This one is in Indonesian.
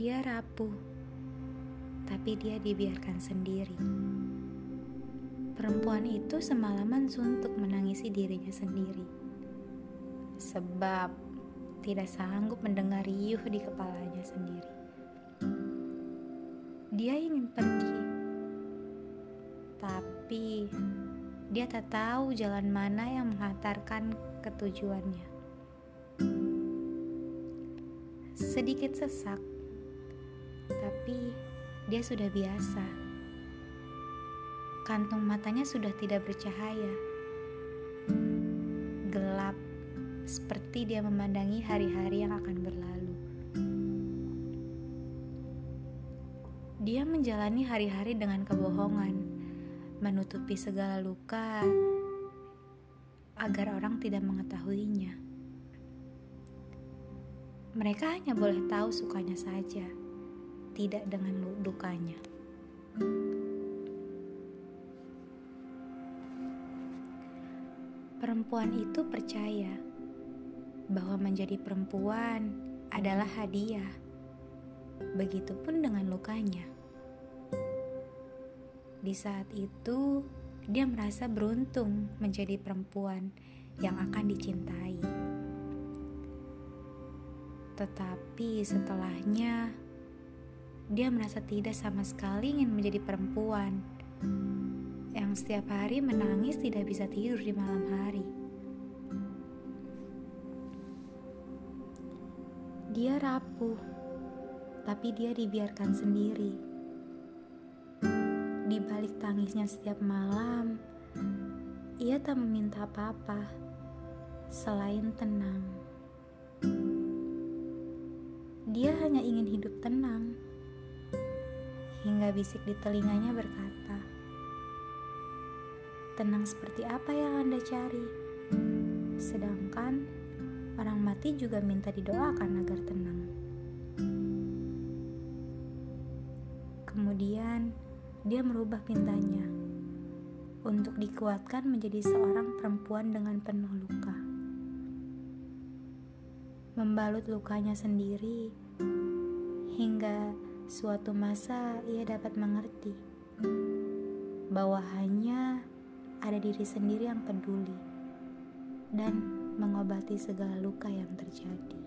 Dia rapuh, tapi dia dibiarkan sendiri. Perempuan itu semalaman suntuk menangisi dirinya sendiri, sebab tidak sanggup mendengar riuh di kepalanya sendiri. Dia ingin pergi, tapi dia tak tahu jalan mana yang menghantarkan ke tujuannya. Sedikit sesak, tapi dia sudah biasa. Kantung matanya sudah tidak bercahaya. Gelap, seperti dia memandangi hari-hari yang akan berlalu. Dia menjalani hari-hari dengan kebohongan, menutupi segala luka agar orang tidak mengetahuinya. Mereka hanya boleh tahu sukanya saja, tidak dengan dukanya. Perempuan itu percaya bahwa menjadi perempuan adalah hadiah. Begitupun dengan lukanya. Di saat itu, dia merasa beruntung menjadi perempuan yang akan dicintai. Tetapi setelahnya, dia merasa tidak sama sekali ingin menjadi perempuan yang setiap hari menangis tidak bisa tidur di malam hari. Dia rapuh, tapi dia dibiarkan sendiri. Di balik tangisnya setiap malam, ia tak meminta apa-apa selain tenang. Dia hanya ingin hidup tenang, hingga bisik di telinganya berkata, "Tenang seperti apa yang Anda cari?" Sedangkan orang mati juga minta didoakan agar tenang. Kemudian dia merubah pintanya untuk dikuatkan menjadi seorang perempuan dengan penuh luka. Membalut lukanya sendiri hingga suatu masa ia dapat mengerti bahwa hanya ada diri sendiri yang peduli dan mengobati segala luka yang terjadi.